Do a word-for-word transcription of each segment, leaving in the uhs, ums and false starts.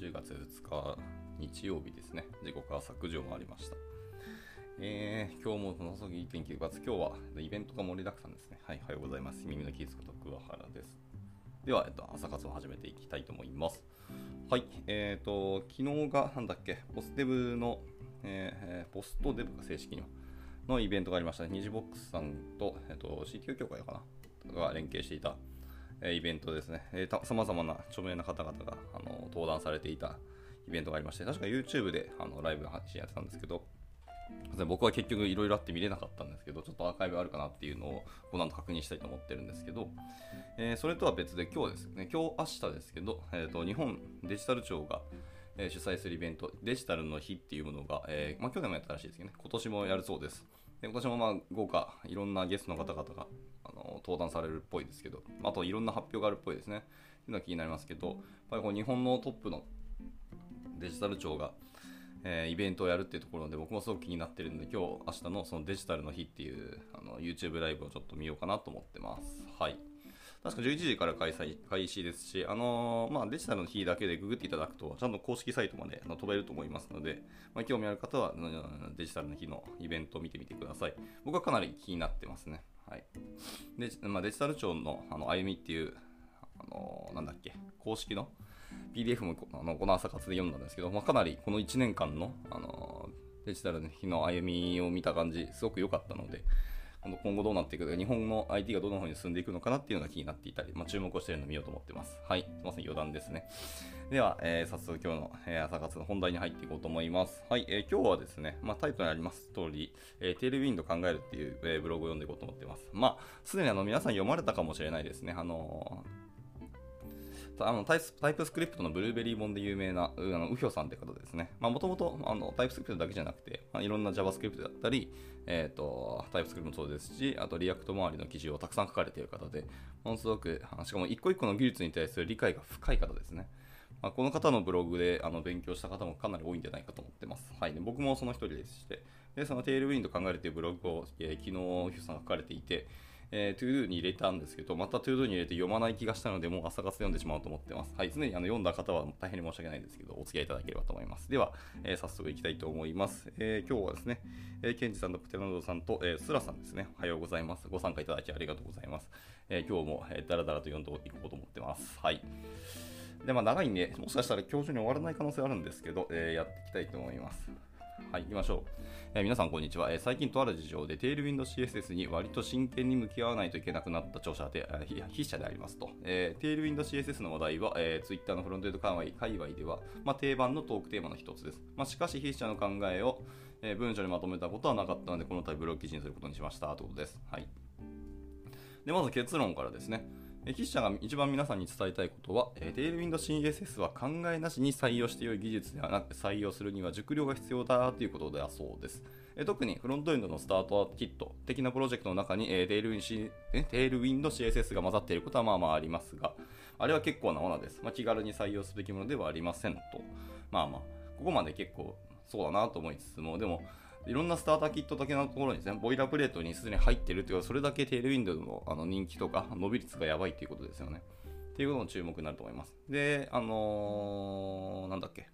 じゅうがつふつか日曜日ですね。時刻は朝くじを回りました。えー、今日もこの先天気がつ、今日はイベントが盛りだくさんですね。はい、おはようございます。耳のキースこと桑原です。では、えっと、朝活を始めていきたいと思います。はい、えっと、昨日がなんだっけ、ポスデブの、えー、ポストデブが正式にはのイベントがありましたね。ニジボックスさんと、えっと、シーティーオー 協会かなが連携していたイベントですね。えー、さまざまな著名な方々があの登壇されていたイベントがありまして、確か YouTube であのライブ配信やってたんですけど、僕は結局いろいろあって見れなかったんですけど、ちょっとアーカイブあるかなっていうのをこの後確認したいと思ってるんですけど、えー、それとは別で今日ですね、今日明日ですけど、えーと、日本デジタル庁がえー、主催するイベント、デジタルの日っていうものが、えーまあ、去年もやったらしいですけどね、今年もやるそうです。で今年もまあ豪華、いろんなゲストの方々があの登壇されるっぽいですけど、あといろんな発表があるっぽいですね。っていうのが気になりますけど、やっぱりこう日本のトップのデジタル庁が、えー、イベントをやるっていうところで、僕もすごく気になってるんで、今日、明日のそのデジタルの日っていうあの YouTube ライブをちょっと見ようかなと思ってます。はい。確かじゅういちじから開催開始ですし、あのーまあ、デジタルの日だけでググっていただくと、ちゃんと公式サイトまで飛べると思いますので、まあ、興味ある方はデジタルの日のイベントを見てみてください。僕はかなり気になってますね。はい。で、まあ、デジタル庁のあの歩みっていう、あのーなんだっけ、公式の ピーディーエフ もあのこの朝活で読んだんですけど、まあ、かなりこのいちねんかんの、あのーデジタルの日の歩みを見た感じ、すごく良かったので、今後どうなっていくか、日本の アイティー がどの方に進んでいくのかなっていうのが気になっていたり、まあ、注目をしているのを見ようと思っています。はい、すみません、余談ですね。では、えー、早速今日の、えー、朝活の本題に入っていこうと思います。はい、えー、今日はですね、まあ、タイトルにあります通り、えー、テールウィンド考えるっていう、えー、ブログを読んでいこうと思っています。まあ、すでにあの皆さん読まれたかもしれないですね。あのーあのタイプタイプスクリプトのブルーベリー本で有名なあのウヒョさんって方ですね。もともとタイプスクリプトだけじゃなくて、まあ、いろんな JavaScript だったり、えーと、タイプスクリプトもそうですし、あとリアクト周りの記事をたくさん書かれている方で、ものすごく、しかも一個一個の技術に対する理解が深い方ですね。まあ、この方のブログであの勉強した方もかなり多いんじゃないかと思ってます。はい、で僕もその一人でして、でそのテールウィンド考えるというブログを、えー、昨日ウヒョさんが書かれていて、えー、トゥードゥに入れたんですけど、またトゥードゥに入れて読まない気がしたので、もう朝活読んでしまうと思ってます。はい、常にあの読んだ方は大変に申し訳ないんですけど、お付き合いいただければと思います。では、えー、早速いきたいと思います。えー、今日はですね、えー、ケンジさんとプテラノドさんと、えー、スラさんですね、おはようございます。ご参加いただきありがとうございます。えー、今日も、えー、だらだらと読んでいこうと思ってます。はい。で、まあ、長いんで、もしかしたら今日中に終わらない可能性あるんですけど、えー、やっていきたいと思います。はい、行きましょう。えー、皆さんこんにちは、えー。最近とある事情でテールウィンド シーエスエス に割と真剣に向き合わないといけなくなった著者で、えー、筆者でありますと。えー、テールウィンド シーエスエス の話題は、えー、Twitter のフロントエンド界隈では、まあ、定番のトークテーマの一つです。まあ、しかし筆者の考えを、えー、文章にまとめたことはなかったので、この度ブログ記事にすることにしましたということです。はい。で、まず結論からですね。筆者が一番皆さんに伝えたいことは、テールウィンド シーエスエス は考えなしに採用して良い技術ではなく、採用するには熟慮が必要だということだそうです。特にフロントエンドのスタートキット的なプロジェクトの中にテールウィンド シーエスエス が混ざっていることはまあまあありますが、あれは結構なものです。まあ、気軽に採用すべきものではありませんと。まあまあ、ここまで結構そうだなと思いつつも、でも、いろんなスターターキット的なところにですね、ボイラープレートにすでに入っているというか、それだけテールウィンドウの、あの人気とか伸び率がやばいということですよね。っていうことの注目になると思います。で、あのー、なんだっけ。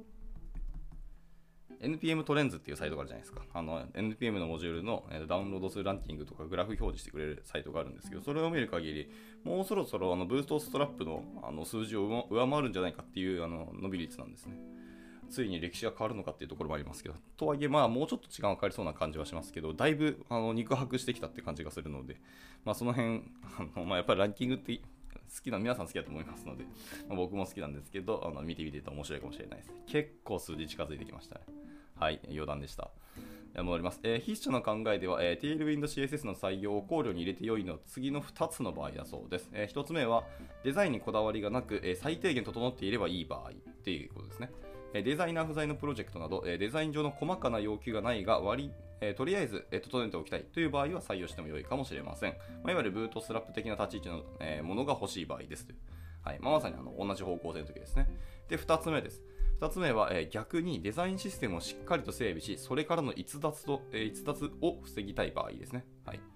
エヌピーエム トレンズっていうサイトがあるじゃないですか。あの エヌピーエム のモジュールのダウンロード数ランキングとかグラフ表示してくれるサイトがあるんですけど、それを見る限り、もうそろそろあのブーストストラップのあの数字を上回るんじゃないかっていうあの伸び率なんですね。ついに歴史が変わるのかっていうところもありますけど、とはいえ、まあ、もうちょっと時間がかかりそうな感じはしますけど、だいぶあの肉薄してきたって感じがするので、まあ、その辺、あのまあ、やっぱりランキングって好きな、皆さん好きだと思いますので、まあ、僕も好きなんですけど、あの見てみてと面白いかもしれないです。結構数字近づいてきましたね。はい、余談でした。戻ります。えー、筆者の考えでは、えー、テールウィンド シーエスエス の採用を考慮に入れて良いのは次のふたつの場合だそうです。えー、ひとつめは、デザインにこだわりがなく、えー、最低限整っていればいい場合っていうことですね。デザイナー不在のプロジェクトなど、デザイン上の細かな要求がないが割り、とりあえず整えておきたいという場合は採用しても良いかもしれません。まあ、いわゆるブートストラップ的な立ち位置のものが欲しい場合ですという。はいまあ、まさにあの同じ方向性の時ですね。で、ふたつめです。ふたつめは、えー、逆にデザインシステムをしっかりと整備し、それからの逸脱と、えー、逸脱を防ぎたい場合ですね。はい。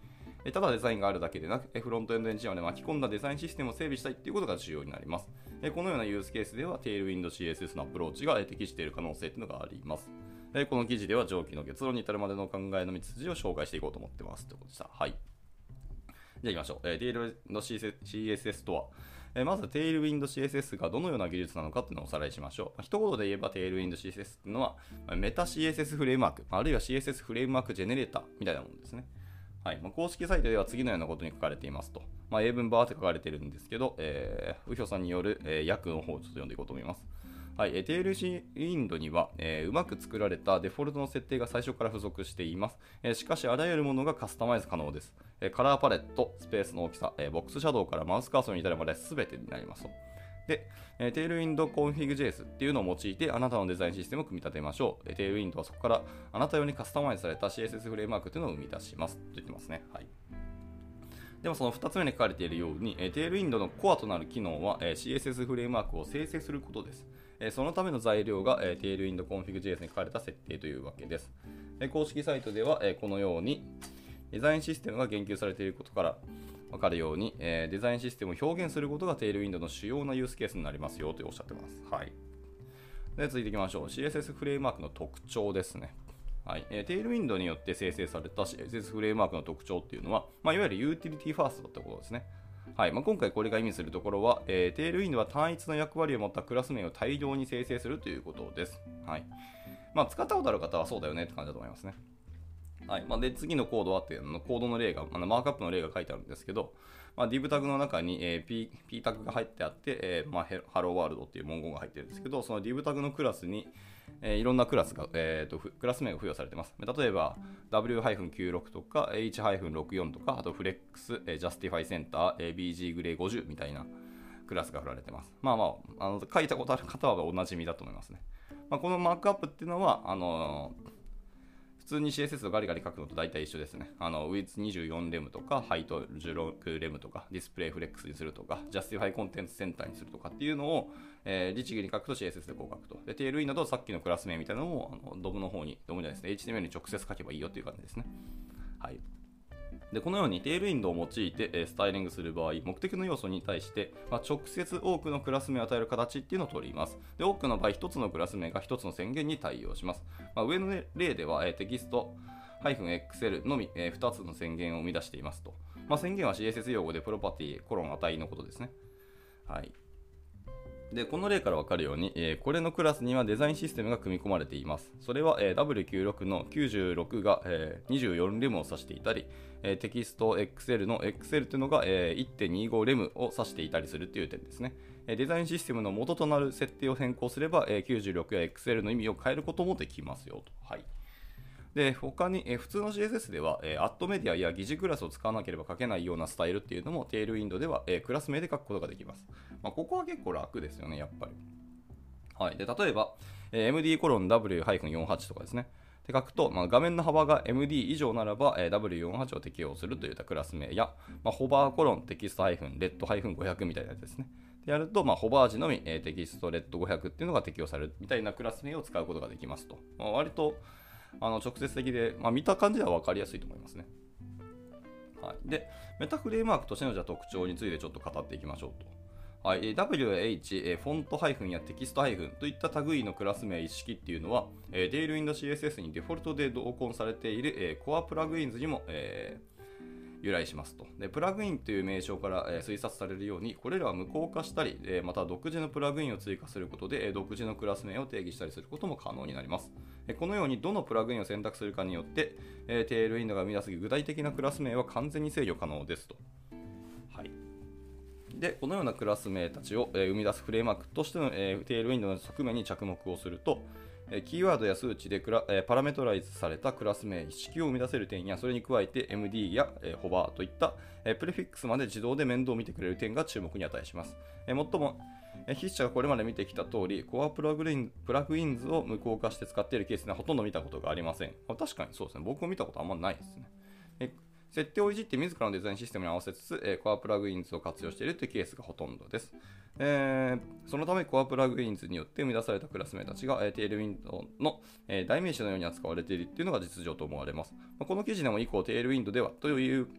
ただデザインがあるだけでなく、フロントエンドエンジニアで巻き込んだデザインシステムを整備したいということが重要になります。このようなユースケースでは Tailwind シーエスエス のアプローチが適している可能性というのがあります。この記事では上記の結論に至るまでの考えの道筋を紹介していこうと思ってますということでした。はい。じゃあ行きましょう。Tailwind シーエスエス とは、えー、まず Tailwind シーエスエス がどのような技術なのかっていうのをおさらいしましょう。一言で言えば Tailwind シーエスエス っていうのはメタ シーエスエス フレームワーク、あるいは シーエスエス フレームワークジェネレーターみたいなものですね。はいまあ、公式サイトでは次のようなことに書かれていますと。まあ、英文バーって書かれているんですけど、えー、ウヒョさんによる、えー、訳の方をちょっと読んでいこうと思います。はい、テールシーウィンドには、えー、うまく作られたデフォルトの設定が最初から付属しています。えー、しかし、あらゆるものがカスタマイズ可能です。えー、カラーパレット、スペースの大きさ、えー、ボックスシャドウからマウスカーソルに至るまで全てになりますと。で、えー、Tailwind Config.js っていうのを用いてあなたのデザインシステムを組み立てましょう。えー、Tailwind はそこからあなた用にカスタマイズされた シーエスエス フレームワークっていうのを生み出しますと言ってますね。はい。でもそのふたつめに書かれているように、えー、Tailwind のコアとなる機能は、えー、シーエスエス フレームワークを生成することです。えー、そのための材料が、えー、Tailwind Config.js に書かれた設定というわけです。えー、公式サイトでは、えー、このようにデザインシステムが言及されていることから分かるように、えー、デザインシステムを表現することが Tailwind の主要なユースケースになりますよとおっしゃってます。はい。で、続いていきましょう。シーエスエス フレームワークの特徴ですね。はいえー、Tailwind によって生成された シーエスエス フレームワークの特徴っていうのは、まあ、いわゆるユーティリティファーストだったことですね。はいまあ、今回これが意味するところは、えー、Tailwind は単一の役割を持ったクラス名を大量に生成するということです。はいまあ、使ったことある方はそうだよねって感じだと思いますね。はいまあ、で次のコードはっていうのコードの例が、あのマークアップの例が書いてあるんですけど、まあ、div タグの中に、えー、P, P タグが入ってあって、えーまあ、Hello World っていう文言が入ってるんですけど、その div タグのクラスに、えー、いろんなクラスが、えーと、クラス名が付与されています。例えば ダブリューきゅうじゅうろく とか エイチろくじゅうよん とか、あと Flex、えー、Justify Center、えー、ビージー グレーごじゅうみたいなクラスが振られています。まあまあ、あの書いたことある方はおなじみだと思いますね。まあ、このマークアップっていうのは、あのー普通に シーエスエス をガリガリ書くのと大体一緒ですね。あの、width にじゅうよんレムとか、height じゅうろくレムとか、ディスプレイフレックスにするとか、justify contents center にするとかっていうのを、えー、律儀に書くと シーエスエス でこう書くと。で、Tailwind だとさっきのクラス名みたいなのを、あのドムの方に、ドムじゃないですね、エイチティーエムエル に直接書けばいいよっていう感じですね。はい。でこのように Tailwind を用いて、えー、スタイリングする場合、目的の要素に対して、まあ、直接多くのクラス名を与える形っていうのを取ります。で多くの場合、ひとつのクラス名がひとつの宣言に対応します。まあ、上の例では、えー、テキスト、-Excel のみ、えー、ふたつの宣言を生み出していますと。まあ、宣言は シーエスエス 用語でプロパティ、コロン値のことですね。はい。で、この例から分かるように、えー、これのクラスにはデザインシステムが組み込まれています。それは、えー、ダブリューきゅうじゅうろく のきゅうじゅうろくが、えー、にじゅうよんレムを指していたり、えー、テキスト Excel の Excel というのが、えー、いってんにじゅうごレムを指していたりするという点ですね。えー、デザインシステムの元となる設定を変更すれば、えー、きゅうじゅうろくや Excel の意味を変えることもできますよと。はい。で他に、えー、普通の シーエスエス では、えー、アットメディアや疑似クラスを使わなければ書けないようなスタイルっていうのも Tailwind では、えー、クラス名で書くことができます。まあ、ここは結構楽ですよね、やっぱり。はい、で例えば、えー、エムディー コロン ダブリュー よんじゅうはち とかですね。って書くと、まあ、画面の幅が エムディー 以上ならば、えー、ダブリューよんじゅうはち を適用するといったクラス名や、まあ、ホバーコロンテキストレッドごひゃくみたいなやつですね。でやると、まあ、ホバー時のみ、えー、テキストレッドごひゃくっていうのが適用されるみたいなクラス名を使うことができますと。まあ、割とあの直接的で、まあ、見た感じでは分かりやすいと思いますね。はい、で、メタフレームワークとしてのじゃ特徴についてちょっと語っていきましょうと。はい、ダブリューエイチ、フォントハイフンやテキストハイフンといった類のクラス名一式っていうのは、Tailwind シーエスエス にデフォルトで同梱されている Core プラグインズにも、えー由来しますと。でプラグインという名称から、えー、推察されるように、これらは無効化したり、えー、また独自のプラグインを追加することで、えー、独自のクラス名を定義したりすることも可能になります。えー、このようにどのプラグインを選択するかによって、えー、Tailwind が生み出す具体的なクラス名は完全に制御可能ですと。はい。でこのようなクラス名たちを、えー、生み出すフレームワークとしての、えー、Tailwind の側面に着目をすると、キーワードや数値でクラパラメトライズされたクラス名一式を生み出せる点や、それに加えて エムディー やホバーといったプレフィックスまで自動で面倒を見てくれる点が注目に値します。もっとも筆者がこれまで見てきた通り、コアプラグイン、プラグインズを無効化して使っているケースにはほとんど見たことがありません。確かにそうですね。僕も見たことあんまないですね。設定をいじって自らのデザインシステムに合わせつつ、えー、コアプラグインズを活用しているというケースがほとんどです。えー、そのためコアプラグインズによって生み出されたクラス名たちが、えー、Tailwind の、えー、代名詞のように扱われているというのが実情と思われます。まあ、この記事でも以降 Tailwind ではという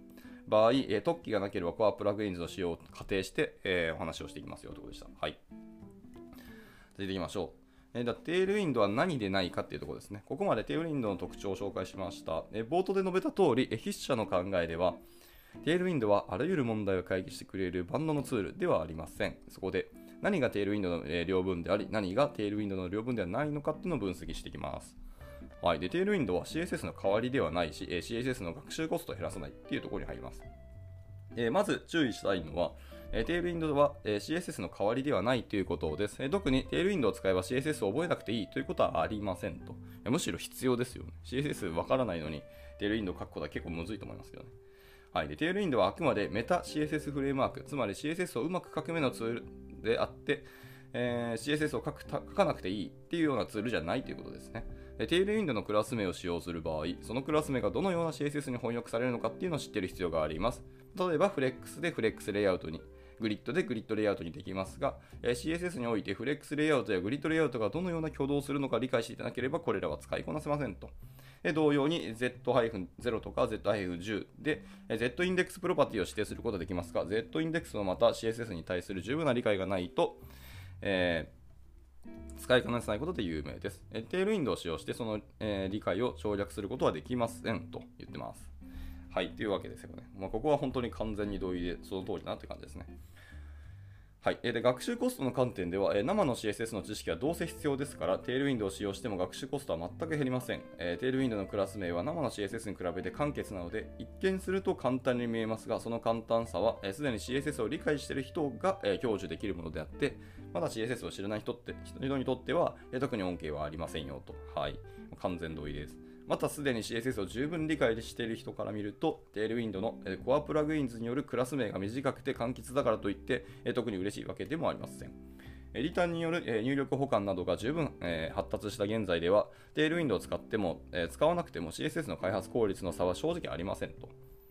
場合、えー、特記がなければコアプラグインズの使用を仮定して、えー、お話をしていきますよということでした。はい。続いていきましょう。えー、だテールウィンドは何でないかっていうところですね。ここまでテールウィンドの特徴を紹介しました。えー、冒頭で述べた通り、えー、筆者の考えでは、テールウィンドはあらゆる問題を解決してくれる万能のツールではありません。そこで何がテールウィンドの、えー、両分であり、何がテールウィンドの両分ではないのかっていうのを分析していきます。はい、でテールウィンドは シーエスエス の代わりではないし、えー、シーエスエス の学習コストを減らさないっていうところに入ります。えー、まず注意したいのは、えー、テールウィンドは、えー、シーエスエス の代わりではないということです。えー、特にテールウィンドを使えば シーエスエス を覚えなくていいということはありませんと。むしろ必要ですよね。シーエスエス わからないのにテールウィンドを書くことは結構むずいと思いますけどね。はい、でテールウィンドはあくまでメタ シーエスエス フレームワーク、つまり シーエスエス をうまく書くためのツールであって、えー、シーエスエス を書く書かなくていいっていうようなツールじゃないということですね。テールウィンドのクラス名を使用する場合、そのクラス名がどのような シーエスエス に翻訳されるのかっていうのを知っている必要があります。例えば、フレックスでフレックスレイアウトに、グリッドでグリッドレイアウトにできますが、シーエスエス においてフレックスレイアウトやグリッドレイアウトがどのような挙動をするのか理解していただければ、これらは使いこなせませんと。同様に ゼットゼロ とか ゼットじゅう で Z インデックスプロパティを指定することができますが、Z インデックスのまた シーエスエス に対する十分な理解がないと、えー使いこなせないことで有名です。テールウィンドを使用してその、えー、理解を省略することはできませんと言ってます。はい、というわけですよね。まあ、ここは本当に完全に同意でその通りだなという感じですね。はい、で学習コストの観点では、生の シーエスエス の知識はどうせ必要ですから、テールウィンドを使用しても学習コストは全く減りません。テールウィンドのクラス名は生の シーエスエス に比べて簡潔なので、一見すると簡単に見えますが、その簡単さはすでに シーエスエス を理解している人が享受できるものであって、まだ シーエスエス を知らない人って人にとっては特に恩恵はありませんよと。はい、完全同意です。またすでに シーエスエス を十分理解している人から見ると、テールウィンドのコアプラグインズによるクラス名が短くて簡潔だからといって特に嬉しいわけでもありません。リターンによる入力保管などが十分発達した現在では、テールウィンドを使っても使わなくても シーエスエス の開発効率の差は正直ありませんと。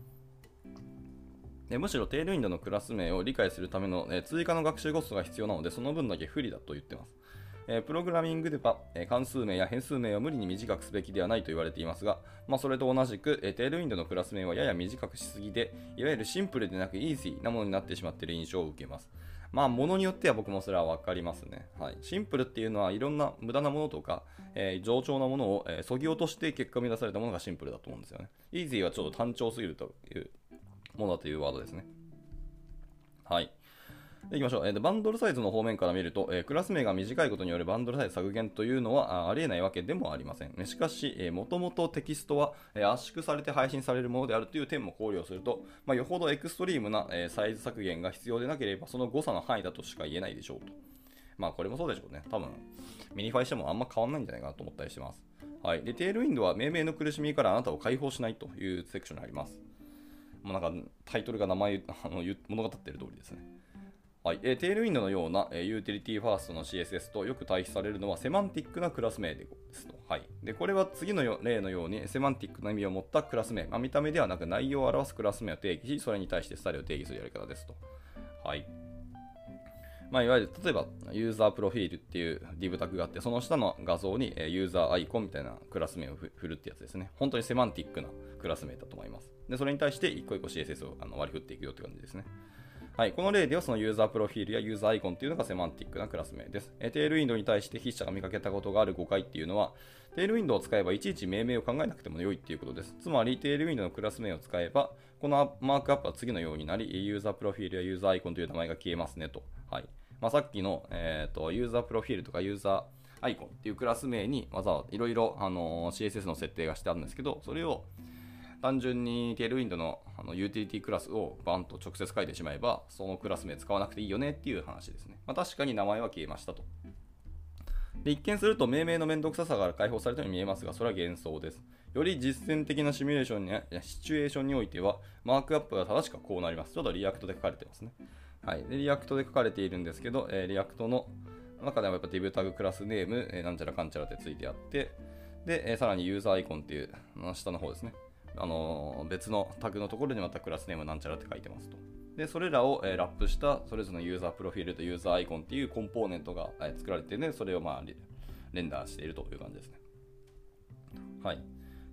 むしろテールウィンドのクラス名を理解するための追加の学習コストが必要なので、その分だけ不利だと言っています。プログラミングでは関数名や変数名を無理に短くすべきではないと言われていますが、まあ、それと同じくテールウィンドのクラス名はやや短くしすぎで、いわゆるシンプルでなくイージーなものになってしまっている印象を受けます。まあ、ものによっては僕もそれは分かりますね。はい、シンプルっていうのはいろんな無駄なものとか、えー、冗長なものをそ、えー、ぎ落として結果を生み出されたものがシンプルだと思うんですよね。イージーはちょっと単調すぎるというものだというワードですね。はい。でいきましょう、えー、バンドルサイズの方面から見ると、えー、クラス名が短いことによるバンドルサイズ削減というのは あ, ありえないわけでもありません。しかし、えー、もともとテキストは、えー、圧縮されて配信されるものであるという点も考慮すると、まあ、よほどエクストリームな、えー、サイズ削減が必要でなければその誤差の範囲だとしか言えないでしょうと。まあこれもそうでしょうね。多分ミニファイしてもあんま変わんないんじゃないかなと思ったりしてます。はい、でテールウィンドは命名の苦しみからあなたを解放しないというセクションにあります。もうなんかタイトルが名前あの物語っている通りですね。はい、えー、テールウィンドのような、えー、ユーティリティファーストの シーエスエス とよく対比されるのはセマンティックなクラス名ですと。はい、でこれは次の例のようにセマンティックな意味を持ったクラス名、まあ、見た目ではなく内容を表すクラス名を定義し、それに対してスタイルを定義するやり方ですと。はい、まあ、いわゆる例えばユーザープロフィールっていう div タグがあって、その下の画像にユーザーアイコンみたいなクラス名を振るってやつですね。本当にセマンティックなクラス名だと思います。でそれに対して一個一個 シーエスエス をあの割り振っていくよって感じですね。はい、この例ではそのユーザープロフィールやユーザーアイコンというのがセマンティックなクラス名です。テールウィンドに対して筆者が見かけたことがある誤解っていうのは、テールウィンドを使えばいちいち命名を考えなくても良いっていうことです。つまりテールウィンドのクラス名を使えば、このマークアップは次のようになり、ユーザープロフィールやユーザーアイコンという名前が消えますねと。はい、まあ、さっきの、えーと、ユーザープロフィールとかユーザーアイコンっていうクラス名にわざわざいろいろ シーエスエス の設定がしてあるんですけど、それを単純にテールウィンド の, あのユーティリティクラスをバンと直接書いてしまえば、そのクラス名使わなくていいよねっていう話ですね。まあ、確かに名前は消えましたと。で一見すると命名のめんどくささが解放されたように見えますが、それは幻想です。より実践的なシミュレーションやシチュエーションにおいては、マークアップが正しくはこうなります。ちょっとリアクトで書かれてますね。はい、でリアクトで書かれているんですけど、えー、リアクトの中ではやっぱ div タグクラスネーム、えー、なんちゃらかんちゃらってついてあって、で、えー、さらにユーザーアイコンっていう下の方ですね。あのー、別のタグのところにまたクラスネームなんちゃらって書いてますと。で、それらを、えー、ラップしたそれぞれのユーザープロフィールとユーザーアイコンっていうコンポーネントが、えー、作られてね、それをまあレンダーしているという感じですね。はい。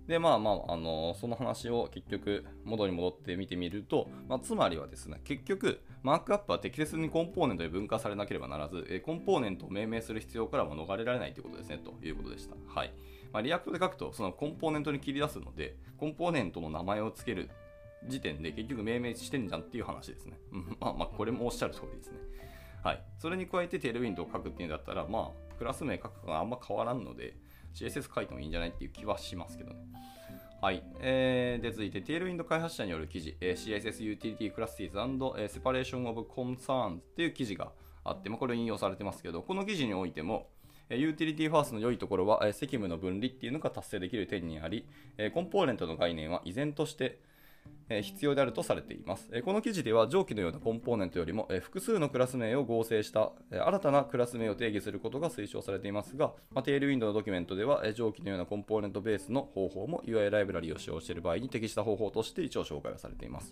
で、まあまあ、あのその話を結局、元に戻って見てみると、まあ、つまりはですね、結局、マークアップは適切にコンポーネントに分化されなければならず、えコンポーネントを命名する必要からも逃れられないということですね、ということでした。はい。まあ、リアクトで書くと、そのコンポーネントに切り出すので、コンポーネントの名前を付ける時点で結局命名してんじゃんっていう話ですね。まあまあ、これもおっしゃる通りですね。はい。それに加えてテールウィンドを書くっていうんだったら、まあ、クラス名書くがあんま変わらんので、シーエスエス 書いてもいいんじゃないっていう気はしますけどね。はい。えー、で、続いて、テールウィンド開発者による記事、えー、シーエスエス Utility Classes and Separation of Concerns っていう記事があって、まあ、これ引用されてますけど、この記事においても、ユーティリティファーストの良いところは、責務の分離っていうのが達成できる点にあり、コンポーネントの概念は依然として必要であるとされています。この記事では上記のようなコンポーネントよりも複数のクラス名を合成した新たなクラス名を定義することが推奨されていますが、テールウィンドのドキュメントでは上記のようなコンポーネントベースの方法も ユーアイ ライブラリを使用している場合に適した方法として一応紹介がされています。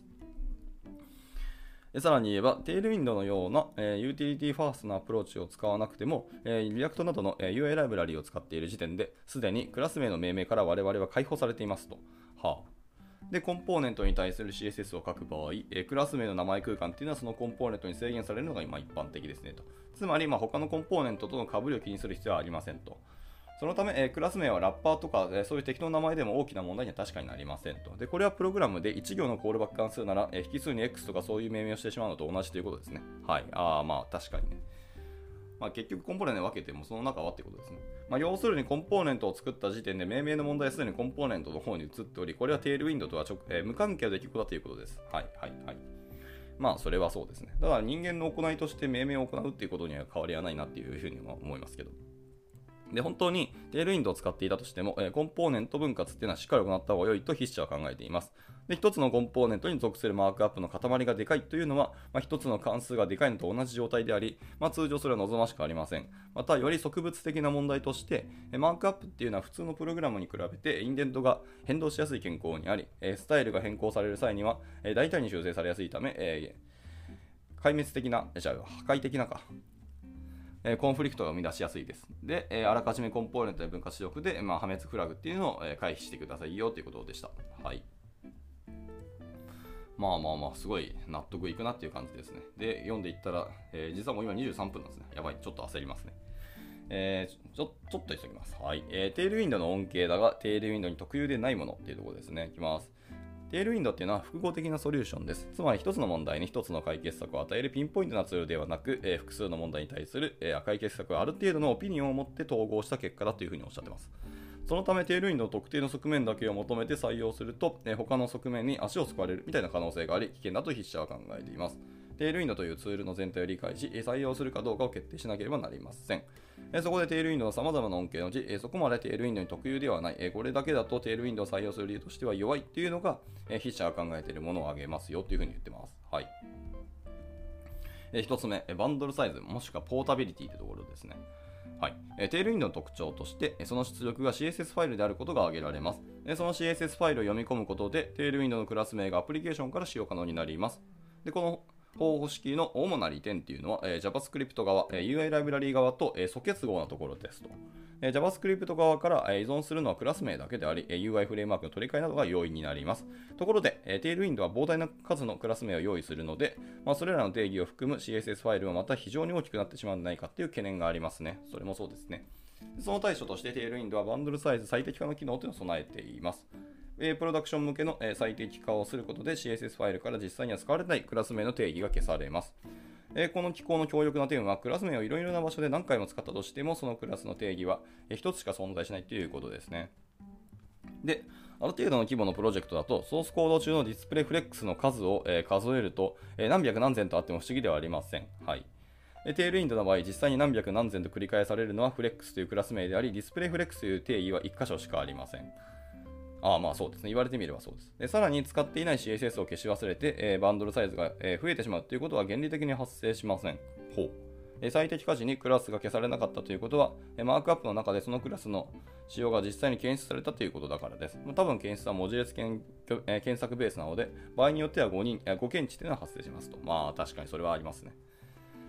さらに言えば、テールウィンドのような、えー、ユーティリティファーストなアプローチを使わなくても、えー、リアクトなどの、えー、ユーアイ ライブラリを使っている時点で、すでにクラス名の命名から我々は解放されていますと。はあ、で、コンポーネントに対する シーエスエス を書く場合、えー、クラス名の名前空間っていうのはそのコンポーネントに制限されるのが今一般的ですねと。つまり、まあ、他のコンポーネントとの被りを気にする必要はありませんと。そのため、えー、クラス名はラッパーとか、えー、そういう適当な名前でも大きな問題には確かになりませんと。で、これはプログラムでいち行のコールバック関数なら、えー、引数に X とかそういう命名をしてしまうのと同じということですね。はい。ああ、まあ確かにね。まあ、結局コンポーネントに分けてもその中はってことですね。まあ、要するにコンポーネントを作った時点で命名の問題はすでにコンポーネントの方に移っており、これはテールウィンドとは直、えー、無関係の出来事だということです。はいはいはい。まあそれはそうですね。だから人間の行いとして命名を行うっていうことには変わりはないなっていうふうには思いますけど。で、本当にテールウィンドを使っていたとしても、えー、コンポーネント分割っていうのはしっかり行った方が良いと筆者は考えています。で、一つのコンポーネントに属するマークアップの塊がでかいというのは、まあ、一つの関数がでかいのと同じ状態であり、まあ、通常それは望ましくありません。また、より植物的な問題として、マークアップっていうのは普通のプログラムに比べてインデントが変動しやすい傾向にあり、スタイルが変更される際には大胆に修正されやすいため、えー、壊滅的な、じゃあ破壊的なか、コンフリクトが生み出しやすいです。で、あらかじめコンポーネントで分割しておくで、まあ、破滅フラグっていうのを回避してくださいよということでした。はい。まあまあまあ、すごい納得いくなっていう感じですね。で、読んでいったら、えー、実はもう今にじゅうさんぷんなんですね。やばい、ちょっと焦りますね。えー、ちょちょっと急ぎます。はい。えー、テールウィンドの恩恵だが、テールウィンドに特有でないものっていうところですね。いきます。テールウィンドっていうのは複合的なソリューションです。つまり一つの問題に一つの解決策を与えるピンポイントなツールではなく、えー、複数の問題に対する、えー、解決策をある程度のオピニオンを持って統合した結果だというふうにおっしゃっています。そのためテールウィンドの特定の側面だけを求めて採用すると、えー、他の側面に足をすくわれるみたいな可能性があり、危険だと筆者は考えています。テールウィンドというツールの全体を理解し、採用するかどうかを決定しなければなりません。そこでテールウィンドの様々な恩恵のうち、そこまでテールウィンドに特有ではない、これだけだとテールウィンドを採用する理由としては弱いっていうのが、筆者が考えているものを挙げますよというふうに言ってます。はい。一つ目、バンドルサイズ、もしくはポータビリティというところですね。はい、テールウィンドの特徴として、その出力が シーエスエス ファイルであることが挙げられます。その シーエスエス ファイルを読み込むことで、テールウィンドのクラス名がアプリケーションから使用可能になります。で、この方法式の主な利点というのは、えー、JavaScript 側、えー、ユーアイ ライブラリー側と、えー、素結合なところですと。えー、JavaScript 側から、えー、依存するのはクラス名だけであり、えー、ユーアイ フレームワークの取り替えなどが容易になります。ところで、えー、テールウィンドは膨大な数のクラス名を用意するので、まあ、それらの定義を含む シーエスエス ファイルはまた非常に大きくなってしまうんじゃないかという懸念がありますね。それもそうですね。その対処としてテールウィンドはバンドルサイズ最適化の機能というのを備えています。プロダクション向けの最適化をすることで シーエスエス ファイルから実際には使われないクラス名の定義が消されます。この機構の強力な点はクラス名をいろいろな場所で何回も使ったとしてもそのクラスの定義は一つしか存在しないということですね。で、ある程度の規模のプロジェクトだとソースコード中のディスプレイフレックスの数を数えると何百何千とあっても不思議ではありません。はい。テールウィンドの場合、実際に何百何千と繰り返されるのはフレックスというクラス名であり、ディスプレイフレックスという定義はいっ箇所しかありません。ああ、まあそうですね。言われてみればそうです。でさらに使っていない シーエスエス を消し忘れて、えー、バンドルサイズが、えー、増えてしまうということは原理的に発生しません。ほう。えー、最適化時にクラスが消されなかったということは、えー、マークアップの中でそのクラスの使用が実際に検出されたということだからです。まあ、多分検出は文字列検、えー、検索ベースなので、場合によってはごにん、えー、ご検知というのは発生しますと。まあ確かにそれはありますね。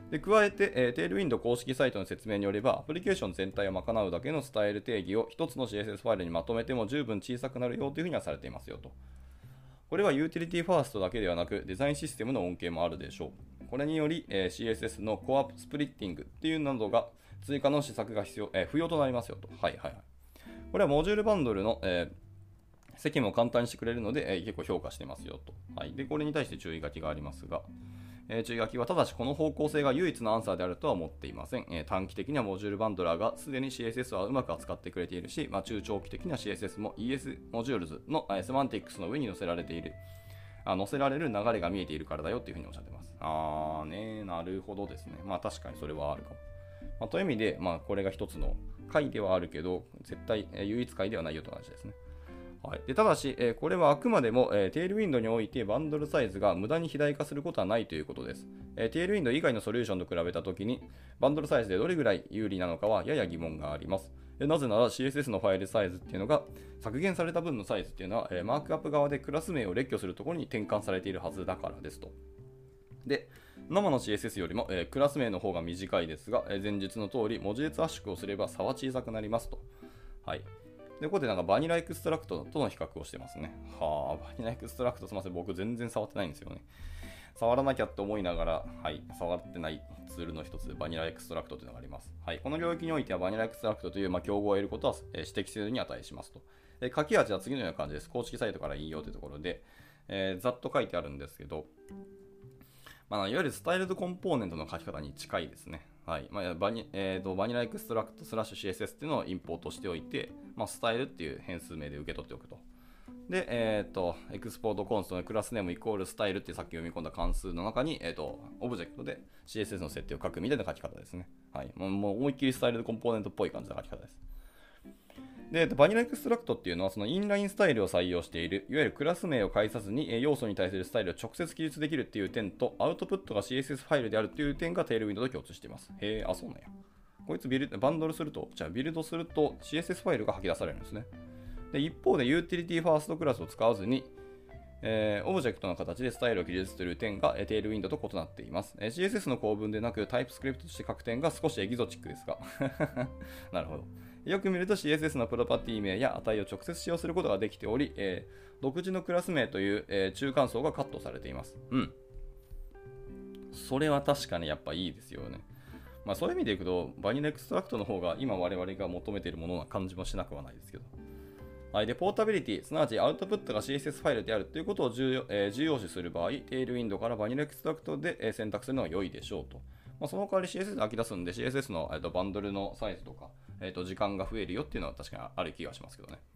で加えて、えー、Tailwind 公式サイトの説明によれば、アプリケーション全体を賄うだけのスタイル定義を一つの シーエスエス ファイルにまとめても十分小さくなるよというふうにはされていますよと。これはユーティリティファーストだけではなく、デザインシステムの恩恵もあるでしょう。これにより、えー、シーエスエス のコアスプリッティングっていうなどが追加の施策が必要、えー、不要となりますよと。はいはいはい。これはモジュールバンドルの、えー、責務を簡単にしてくれるので、えー、結構評価してますよと。はい。で、これに対して注意書きがありますが、えー、注意書きはただしこの方向性が唯一のアンサーであるとは思っていません。えー、短期的にはモジュールバンドラーがすでに シーエスエス はうまく扱ってくれているし、まあ、中長期的には シーエスエス も イーエス モジュールズの、えー、セマンティックスの上に載せられている。あ載せられる流れが見えているからだよというふうにおっしゃってます。あーねー、なるほどですね。まあ確かにそれはあるかも。まあ、という意味で、まあこれが一つの解ではあるけど、絶対、えー、唯一解ではないよと同じですね。はい、でただし、えー、これはあくまでも、えー、テールウィンドにおいてバンドルサイズが無駄に肥大化することはないということです。えー、テールウィンド以外のソリューションと比べたときに、バンドルサイズでどれぐらい有利なのかはやや疑問があります。なぜなら シーエスエス のファイルサイズっていうのが削減された分のサイズっていうのは、えー、マークアップ側でクラス名を列挙するところに転換されているはずだからですと。で、生の シーエスエス よりも、えー、クラス名の方が短いですが、えー、前述の通り文字列圧縮をすれば差は小さくなりますと。はい。で、ここでなんかバニラエクストラクトとの比較をしてますね。はあ、バニラエクストラクトすみません、僕全然触ってないんですよね。触らなきゃって思いながら、はい、触ってないツールの一つでバニラエクストラクトというのがあります。はい、この領域においてはバニラエクストラクトという、まあ、競合を得ることは、えー、指摘せずに値しますと。えー、書き味は次のような感じです。公式サイトから引用というところで、えー、ざっと書いてあるんですけど、まあ、いわゆるスタイルドコンポーネントの書き方に近いですね。はいまあ、バニえーと、バニラエクストラクトスラッシュ シーエスエス っていうのをインポートしておいて、まあ、スタイルっていう変数名で受け取っておくと。で、えっ、ー、と、エクスポートコンストのクラスネームイコールスタイルってさっき読み込んだ関数の中に、えっ、ー、と、オブジェクトで シーエスエス の設定を書くみたいな書き方ですね。はい。もう、もう思いっきりスタイルコンポーネントっぽい感じの書き方です。で、バニラエクストラクトっていうのは、そのインラインスタイルを採用している、いわゆるクラス名を介さずに要素に対するスタイルを直接記述できるっていう点と、アウトプットが シーエスエス ファイルであるっていう点がテールウィンドウと共通しています。へえ、あ、そうなんや。こいつビルバンドルすると、じゃあビルドすると シーエスエス ファイルが吐き出されるんですね。で一方でユーティリティファーストクラスを使わずに、えー、オブジェクトの形でスタイルを記述する点が、えー、テールウィンドウと異なっています。えー、シーエスエス の構文でなくタイプスクリプトとして書く点が少しエキゾチックですがなるほど。よく見ると シーエスエス のプロパティ名や値を直接使用することができており、えー、独自のクラス名という、えー、中間層がカットされています。うん。それは確かにやっぱいいですよね。まあそういう意味でいくと、バニラエクストラクトの方が今我々が求めているものな感じもしなくはないですけど。はい、でポータビリティ、すなわちアウトプットが シーエスエス ファイルであるということを重要、えー、重要視する場合、テールウィンドウからバニラエクストラクトで、えー、選択するのが良いでしょうと。まあ、その代わり シーエスエス で飽き出すんで シーエスエス の、えー、とバンドルのサイズとか、えー、と時間が増えるよっていうのは確かにある気がしますけどね。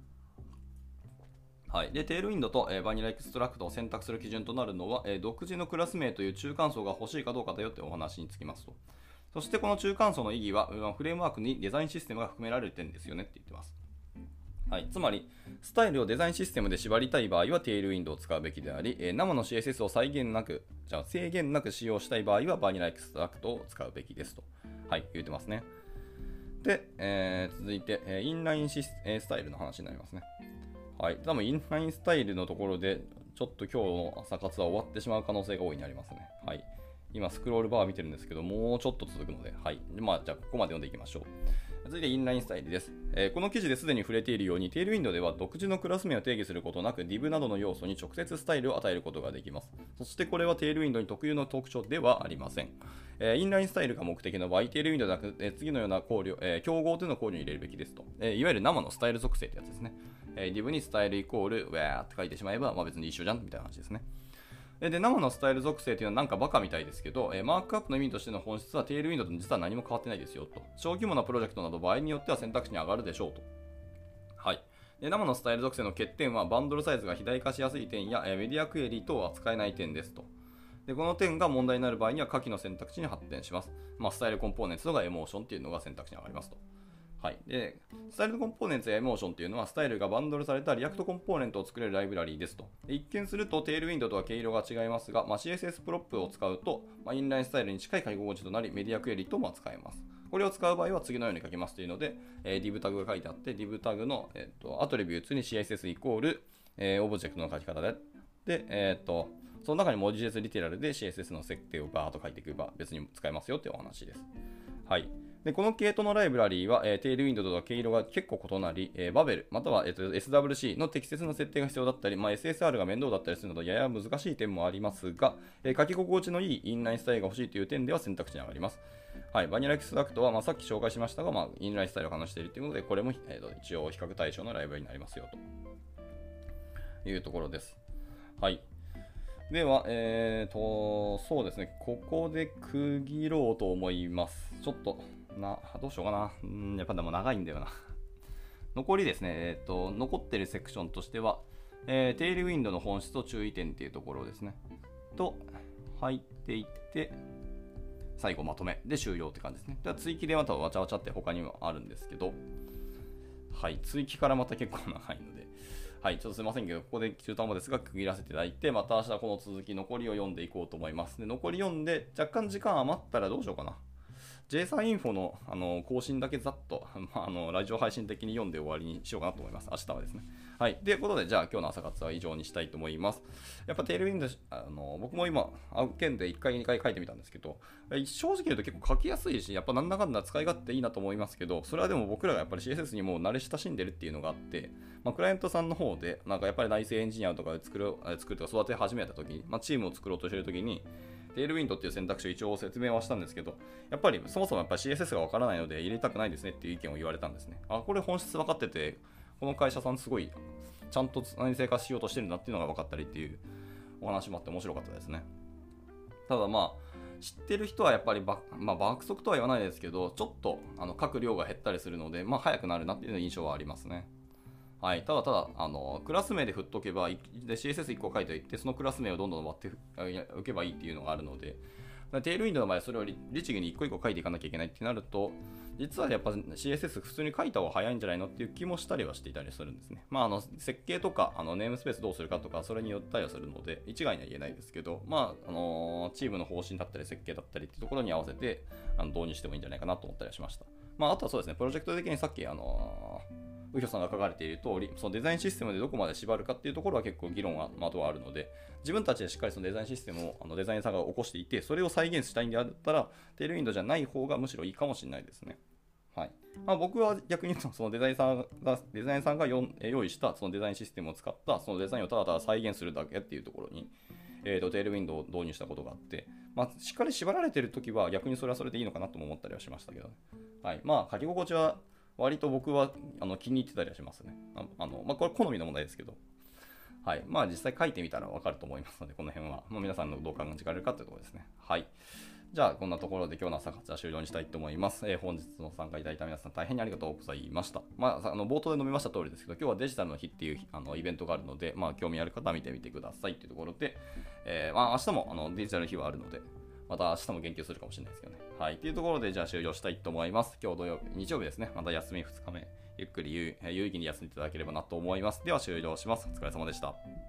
はい、でテールウィンドウと、えー、バニラエクストラクトを選択する基準となるのは、えー、独自のクラス名という中間層が欲しいかどうかだよってお話につきますと。そしてこの中間層の意義は、フレームワークにデザインシステムが含められる点ですよねって言ってます。はい、つまり、スタイルをデザインシステムで縛りたい場合はテールウィンドウを使うべきであり、えー、生の シーエスエス を際限なく、じゃあ制限なく使用したい場合はバニラエクストラクトを使うべきですと、はい、言ってますね。で、えー、続いて、えー、インラインシス、えー、スタイルの話になりますね。はい、多分インラインスタイルのところで、ちょっと今日の朝活は終わってしまう可能性が大いにありますね。はい。今スクロールバー見てるんですけど、もうちょっと続くので、はい。まあ、じゃあここまで読んでいきましょう。続いてインラインスタイルです、えー。この記事ですでに触れているように、テールウィンドウでは独自のクラス名を定義することなく、ディブなどの要素に直接スタイルを与えることができます。そしてこれはテールウィンドウに特有の特徴ではありません。えー、インラインスタイルが目的の場合、テールウィンドウではなく、えー、次のような考慮、えー、競合というのを考慮に入れるべきですと。えー、いわゆる生のスタイル属性というやつですね。えー、ディブにスタイルイコール、ウェーって書いてしまえば、まあ、別に一緒じゃんみたいな話ですね。で、生のスタイル属性というのはなんかバカみたいですけど、えー、マークアップの意味としての本質はテールウィンドウと実は何も変わってないですよと。小規模なプロジェクトなど場合によっては選択肢に上がるでしょうと。はい。で、生のスタイル属性の欠点はバンドルサイズが肥大化しやすい点や、えー、メディアクエリ等を扱えない点ですと。で、この点が問題になる場合には下記の選択肢に発展します。まあ、スタイルコンポーネンツとかエモーションっていうのが選択肢に上がりますと。はい、でスタイルコンポーネンツやエモーションというのはスタイルがバンドルされたリアクトコンポーネントを作れるライブラリーですと。で一見するとテールウィンドウとは毛色が違いますが、まあ、シーエスエス プロップを使うと、まあ、インラインスタイルに近い書き心地となりメディアクエリとも使えます。これを使う場合は次のように書きますというので、えー、div タグが書いてあって div タグの、えー、とアトリビューツに シーエスエス イコール、えー、オブジェクトの書き方でで、えー、とその中に文字列リテラルで シーエスエス の設定をバーっと書いていけば別に使えますよっていうお話です。はい。でこの系統のライブラリーは、えー、テールウィンドウとは毛色が結構異なり、えー、バベルまたは、えー、と エスダブリューシー の適切な設定が必要だったり、まあ、エスエスアール が面倒だったりするなどやや難しい点もありますが、えー、書き心地のいいインラインスタイルが欲しいという点では選択肢に上がります。はい、バニラエクストラクトは、まあ、さっき紹介しましたが、まあ、インラインスタイルを話しているということで、これも、えー、と一応比較対象のライブラリになりますよというところです。はい。では、えーと、そうですね、ここで区切ろうと思います。ちょっと、な、どうしようかな。うん、やっぱでも長いんだよな。残りですね、えーと、残ってるセクションとしては、えー、テールウィンドの本質と注意点っていうところですね。と、入っていって、最後まとめで終了って感じですね。では追記でまたわちゃわちゃって他にもあるんですけど、はい、追記からまた結構長いので、はい、ちょっとすいませんけど、ここで中途半端ですが区切らせていただいて、また明日この続き残りを読んでいこうと思います。で残り読んで、若干時間余ったらどうしようかな。ジェイサン インフォの、あの更新だけざっと、まあ、あのラジオ配信的に読んで終わりにしようかなと思います。明日はですね。はい。ということで、じゃあ今日の朝活は以上にしたいと思います。やっぱテールウィンド、あの僕も今、案件でいっかい、にかい書いてみたんですけど、正直言うと結構書きやすいし、やっぱなんだかんだ使い勝手いいなと思いますけど、それはでも僕らがやっぱり シーエスエス にもう慣れ親しんでるっていうのがあって、まあ、クライアントさんの方で、なんかやっぱり内製エンジニアとかで作る、作るとか育て始めた時に、まあ、チームを作ろうとしている時に、テールウィンドっていう選択肢を一応説明はしたんですけど、やっぱりそもそもやっぱり シーエスエス がわからないので入れたくないですねっていう意見を言われたんですね。あ、これ本質分かってて、この会社さんすごいちゃんと内製化しようとしてるなっていうのが分かったりっていうお話もあって面白かったですね。ただまあ、知ってる人はやっぱりば、まあ、爆速とは言わないですけど、ちょっとあの書く量が減ったりするので、まあ早くなるなっていう印象はありますね。はい、ただただあのクラス名で振っとけばで シーエスエスいっこ書いておいてそのクラス名をどんどん割っておけばいいっていうのがあるので、テールウィンドの場合はそれを律儀にいっこいっこ書いていかなきゃいけないってなると、実はやっぱ シーエスエス 普通に書いた方が早いんじゃないのっていう気もしたりはしていたりするんですね。まああの設計とかあのネームスペースどうするかとかそれによったりはするので一概には言えないですけど、まああのチームの方針だったり設計だったりっていうところに合わせてあの導入してもいいんじゃないかなと思ったりはしました。まああとはそうですね、プロジェクト的にさっきあのーウヒョさんが書かれている通り、そのデザインシステムでどこまで縛るかっていうところは結構議論はまとあるので、自分たちでしっかりそのデザインシステムをあのデザインさんが起こしていて、それを再現したいんであったら、テールウィンドじゃない方がむしろいいかもしれないですね。はい。まあ、僕は逆に言うと、そのデザインさんが、デザインさんが用意したそのデザインシステムを使った、そのデザインをただただ再現するだけっていうところに、えーと、テールウィンドを導入したことがあって、まあ、しっかり縛られているときは逆にそれはそれでいいのかなとも思ったりはしましたけど、はい。まあ、書き心地は、割と僕はあの気に入ってたりはしますね。ああのまあ、これ好みの問題ですけど、はい。まあ実際書いてみたらわかると思いますので、この辺は、まあ、皆さんのどう感じられるかというところですね。はい。じゃあこんなところで今日の朝活は終了にしたいと思います。えー、本日の参加いただいた皆さん大変にありがとうございました。まあ、あの冒頭で述べました通りですけど、今日はデジタルの日っていうあのイベントがあるので、まあ興味ある方は見てみてくださいというところで、えー、まあ明日もあのデジタルの日はあるので、また明日も言及するかもしれないですけどね。はい。というところで、じゃあ終了したいと思います。今日土曜日、日曜日ですね。また休みふつかめ。ゆっくり有有意義に休んでいただければなと思います。では終了します。お疲れ様でした。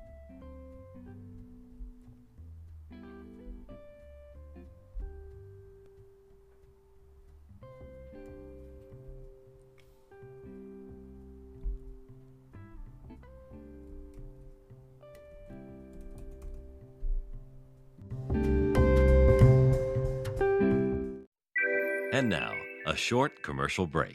And now, a short commercial break.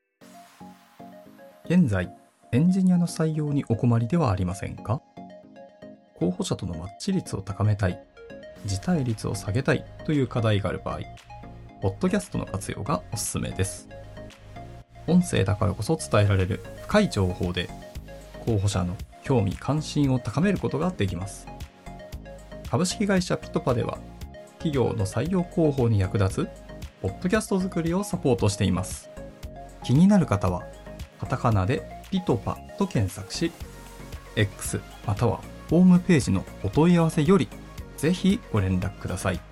現在、エンジニアの採用にお困りではありませんか？候補者とのマッチ率を高めたい、辞退率を下げたいという課題がある場合、ポッドキャストの活用がおすすめです。音声だからこそ伝えられる深い情報で、候補者の興味関心を高めることができます。株式会社ピトパでは、企業の採用広報に役立つポッドキャスト作りをサポートしています。気になる方は、カタカナでピトパと検索し、X またはホームページのお問い合わせよりぜひご連絡ください。